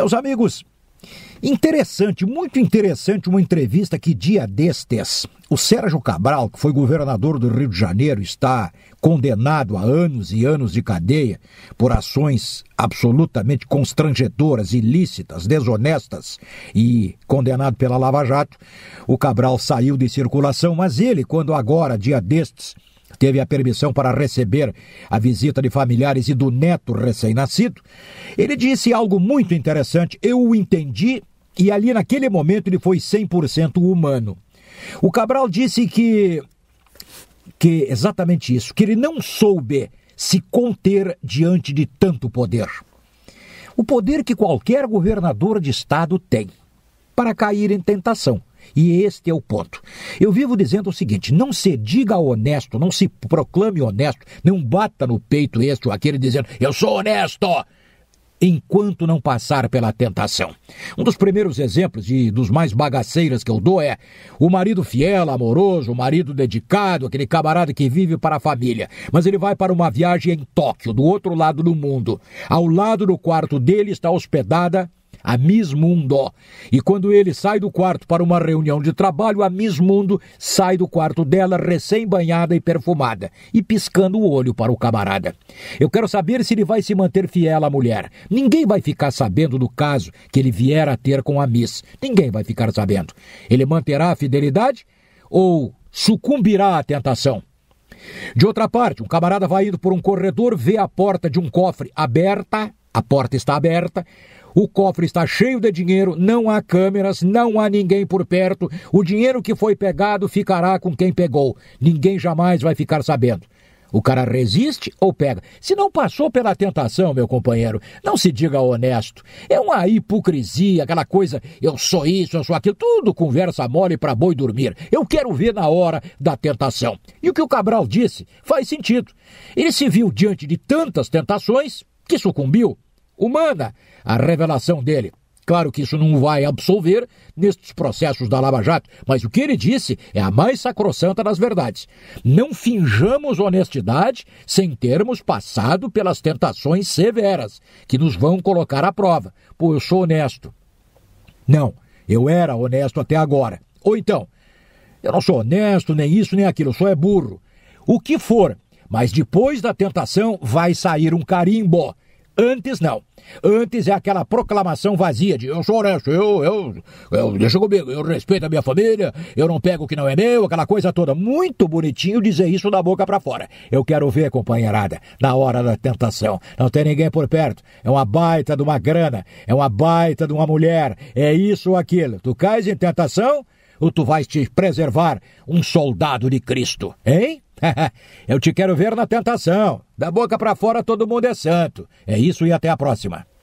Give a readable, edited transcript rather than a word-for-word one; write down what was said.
Meus amigos, interessante, muito interessante uma entrevista que dia destes, o Sérgio Cabral, que foi governador do Rio de Janeiro, está condenado a anos e anos de cadeia por ações absolutamente constrangedoras, ilícitas, desonestas e condenado pela Lava Jato. O Cabral saiu de circulação, mas ele, quando agora, dia destes, teve a permissão para receber a visita de familiares e do neto recém-nascido, ele disse algo muito interessante, eu o entendi e ali naquele momento ele foi 100% humano. O Cabral disse que exatamente isso, que ele não soube se conter diante de tanto poder. O poder que qualquer governador de estado tem para cair em tentação. E este é o ponto. Eu vivo dizendo o seguinte, não se diga honesto, não se proclame honesto, não bata no peito este ou aquele dizendo, eu sou honesto, enquanto não passar pela tentação. Um dos primeiros exemplos e dos mais bagaceiros que eu dou é o marido fiel, amoroso, o marido dedicado, aquele camarada que vive para a família, mas ele vai para uma viagem em Tóquio, do outro lado do mundo. Ao lado do quarto dele está hospedada a Miss Mundo. E quando ele sai do quarto para uma reunião de trabalho, a Miss Mundo sai do quarto dela recém-banhada e perfumada e piscando o olho para o camarada. Eu quero saber se ele vai se manter fiel à mulher. Ninguém vai ficar sabendo do caso que ele vier a ter com a Miss. Ninguém vai ficar sabendo. Ele manterá a fidelidade ou sucumbirá à tentação? De outra parte, um camarada vai indo por um corredor, vê a porta de um cofre aberta, a porta está aberta, o cofre está cheio de dinheiro, não há câmeras, não há ninguém por perto, o dinheiro que foi pegado ficará com quem pegou, ninguém jamais vai ficar sabendo. O cara resiste ou pega? Se não passou pela tentação, meu companheiro, não se diga honesto. É uma hipocrisia, aquela coisa, eu sou isso, eu sou aquilo, tudo conversa mole para boi dormir. Eu quero ver na hora da tentação. E o que o Cabral disse faz sentido. Ele se viu diante de tantas tentações que sucumbiu. Humana a revelação dele. Claro que isso não vai absolver nestes processos da Lava Jato, mas o que ele disse é a mais sacrossanta das verdades. Não finjamos honestidade sem termos passado pelas tentações severas, que nos vão colocar à prova. Pô, eu sou honesto. Não, eu era honesto até agora. Ou então, eu não sou honesto, nem isso, nem aquilo, eu sou burro. O que for, mas depois da tentação vai sair um carimbo. Antes não. Antes é aquela proclamação vazia de eu sou honesto, eu deixa comigo, eu respeito a minha família, eu não pego o que não é meu, aquela coisa toda. Muito bonitinho dizer isso da boca pra fora. Eu quero ver, companheirada, na hora da tentação. Não tem ninguém por perto. É uma baita de uma grana, é uma baita de uma mulher, é isso ou aquilo. Tu cais em tentação ou tu vais te preservar um soldado de Cristo, hein? Eu te quero ver na tentação. Da boca pra fora todo mundo é santo. É isso e até a próxima.